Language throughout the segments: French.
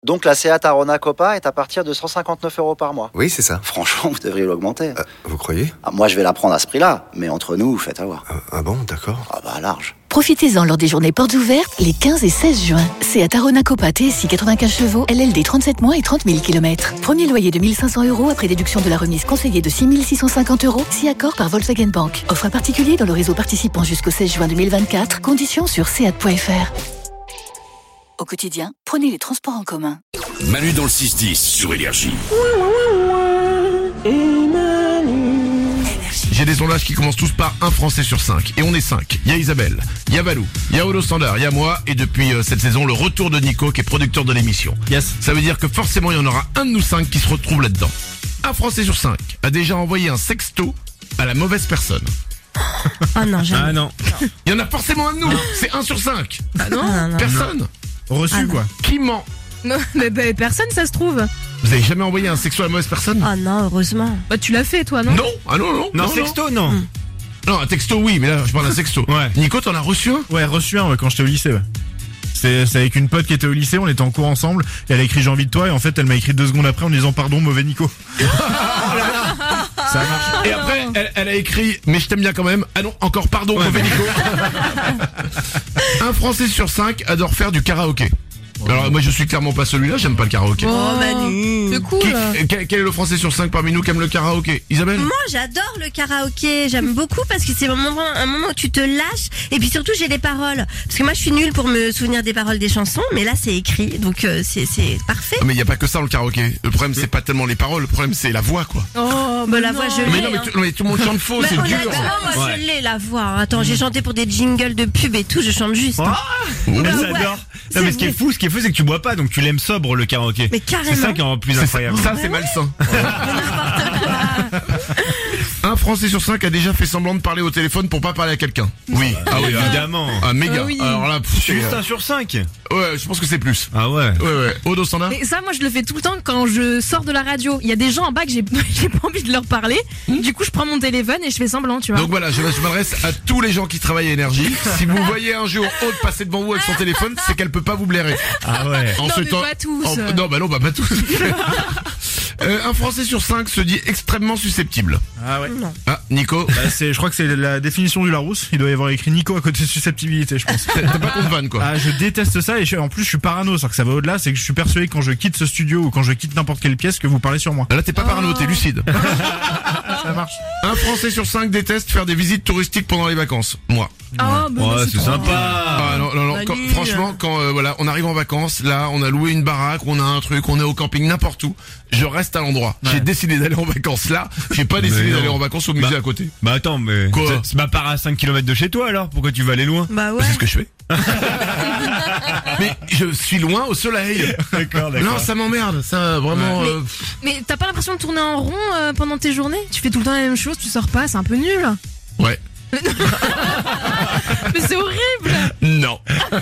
Donc la Seat Arona Copa est à partir de 159 € par mois. Oui, c'est ça. Franchement, vous devriez l'augmenter. Vous croyez ? Moi, je vais la prendre à ce prix-là, mais entre nous, faites avoir. Ah bon, d'accord. Ah bah, large. Profitez-en lors des journées portes ouvertes les 15 et 16 juin. Seat Arona Copa TSI 95 chevaux, LLD 37 mois et 30 000 km. Premier loyer de 1 500 € après déduction de la remise conseillée de 6 650 €, si accord par Volkswagen Bank. Offre à particulier dans le réseau participant jusqu'au 16 juin 2024. Conditions sur seat.fr. Au quotidien, prenez les transports en commun. Manu dans le 6-10 sur Énergie. J'ai des sondages qui commencent tous par un Français sur 5. Et on est 5. Il y a Isabelle, il y a Valou, il y a Odo Standard, il y a moi. Et depuis cette saison, le retour de Nico qui est producteur de l'émission. Yes. Ça veut dire que forcément, il y en aura un de nous 5 qui se retrouve là-dedans. Un Français sur 5 a déjà envoyé un sexto à la mauvaise personne. Ah non, jamais. Ah non. Il y en a forcément un de nous. C'est 1 sur 5. Ah non. Personne. Reçu quoi. Qui ment? Non, mais personne, ça se trouve. Vous avez jamais envoyé un sexto à la mauvaise personne? Ah non, heureusement. Bah tu l'as fait toi, non? Non. Ah non. Non, sexto, non. Non, un texto oui, mais là je parle d'un sexto. Ouais. Nico, t'en as reçu un? Ouais, reçu un quand j'étais au lycée, ouais. C'est avec une pote qui était au lycée, on était en cours ensemble, et elle a écrit j'ai envie de toi, et en fait elle m'a écrit 2 secondes après en disant pardon mauvais Nico. Ça marche. Et après, elle a écrit mais je t'aime bien quand même. Ah non, encore pardon, mauvais Nico. Un Français sur 5 adore faire du karaoké. Alors moi je suis clairement pas celui-là, j'aime pas le karaoké. Oh Manu. C'est cool. Quel est le Français sur 5 parmi nous qui aime le karaoké? Isabelle? Moi j'adore le karaoké, j'aime beaucoup parce que c'est un moment où tu te lâches et puis surtout j'ai les paroles. Parce que moi je suis nulle pour me souvenir des paroles des chansons, mais là c'est écrit, donc c'est parfait. Mais il y a pas que ça dans le karaoké. Le problème c'est pas tellement les paroles, le problème c'est la voix quoi. Oh bah la voix je l'ai. Mais tout le monde chante faux, c'est dur. Moi je l'ai la voix. Attends, j'ai chanté pour des jingles de pub et tout, je chante juste. J'adore. Non mais ce qui est fou, c'est que tu bois pas, donc tu l'aimes sobre le karaoké. Mais carrément. C'est ça qui est en plus incroyable. Ça c'est malsain. Un Français sur 5 a déjà fait semblant de parler au téléphone pour pas parler à quelqu'un. Oui. Ah oui, évidemment. Ah méga. Oui. Alors là, C'est juste 1 sur 5. Ouais, je pense que c'est plus. Ah ouais. Ouais. Odo Standard. Mais ça, moi, je le fais tout le temps quand je sors de la radio. Il y a des gens en bas que j'ai pas envie de leur parler. Du coup, je prends mon téléphone et je fais semblant, tu vois. Donc voilà, je m'adresse à tous les gens qui travaillent à Énergie. Si vous voyez un jour Aude passer devant vous avec son téléphone, c'est qu'elle peut pas vous blairer. Ah ouais. Non, mais pas tous. Non, pas tous. Un Français sur 5 se dit extrêmement susceptible. Ah ouais. Non. Ah, Nico. Je crois que c'est la définition du Larousse. Il doit y avoir écrit Nico à côté de susceptibilité, je pense. T'as pas contre vanne quoi. Ah, je déteste ça et en plus je suis parano, c'est que ça va au-delà, c'est que je suis persuadé que quand je quitte ce studio ou quand je quitte n'importe quelle pièce que vous parlez sur moi. Là t'es pas parano, t'es lucide. Ça marche. Un Français sur 5 déteste faire des visites touristiques pendant les vacances. Moi. Ah, bah, Ouais, c'est trop sympa. Ah non. Franchement, quand voilà, on arrive en vacances, là, on a loué une baraque, on a un truc, on est au camping, n'importe où. Je reste à l'endroit. Ouais. J'ai décidé d'aller en vacances là. J'ai pas décidé non. d'aller en vacances au musée à côté. Bah attends, mais Quoi c'est ma part à 5 km de chez toi alors. Pourquoi tu vas aller loin? Bah ouais. C'est ce que je fais. Mais je suis loin au soleil. D'accord. Non, ça m'emmerde. Ça vraiment. Mais t'as pas l'impression de tourner en rond pendant tes journées? Tu fais tout le temps la même chose, tu sors pas, c'est un peu nul. Ouais. Mais c'est horrible. Non.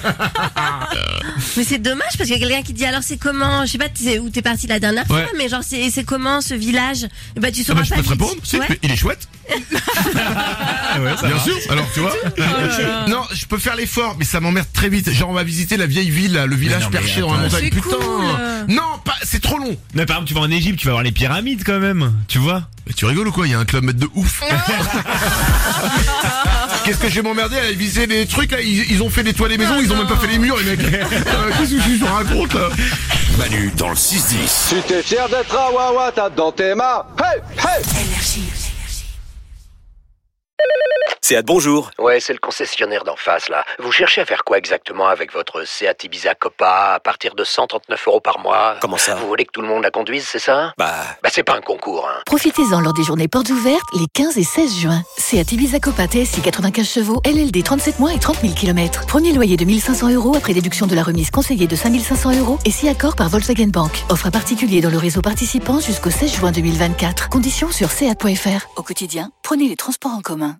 Mais c'est dommage parce qu'il y a quelqu'un qui dit alors c'est comment, je sais pas où t'es parti la dernière fois, mais genre c'est comment ce village? Et bah tu sauras Je pas. peux te vite. répondre. Si, Ouais. il est chouette. Ouais, ça Bien marche. sûr. Alors tu vois. Non, je peux faire l'effort, mais ça m'emmerde très vite. Genre on va visiter la vieille ville, là, le village non, mais perché dans la attends, montagne. c'est Putain. cool. Non, pas. C'est trop long. Mais par exemple, tu vas en Égypte, tu vas voir les pyramides quand même, tu vois. Mais tu rigoles ou quoi? Il y a un club maître de ouf. Qu'est-ce que je vais m'emmerder à aller visiter des trucs là? Ils ont fait des toits des maisons, ils ont même pas fait les murs, les mecs. Qu'est-ce que je raconte là? Manu dans le 6-10. Tu t'es fier d'être à Wawa, t'as dans tes mains. Hey, hey! Seat, bonjour. Ouais, c'est le concessionnaire d'en face, là. Vous cherchez à faire quoi exactement avec votre Seat Ibiza Copa à partir de 139 € par mois? Comment ça? Vous voulez que tout le monde la conduise, c'est ça? Bah, c'est pas un concours, hein. Profitez-en lors des journées portes ouvertes les 15 et 16 juin. Seat Ibiza Copa TSI 95 chevaux, LLD 37 mois et 30 000 km. Premier loyer de 1 500 € après déduction de la remise conseillée de 5 500 € et si accord par Volkswagen Bank. Offre à particulier dans le réseau participant jusqu'au 16 juin 2024. Conditions sur seat.fr. Au quotidien, prenez les transports en commun.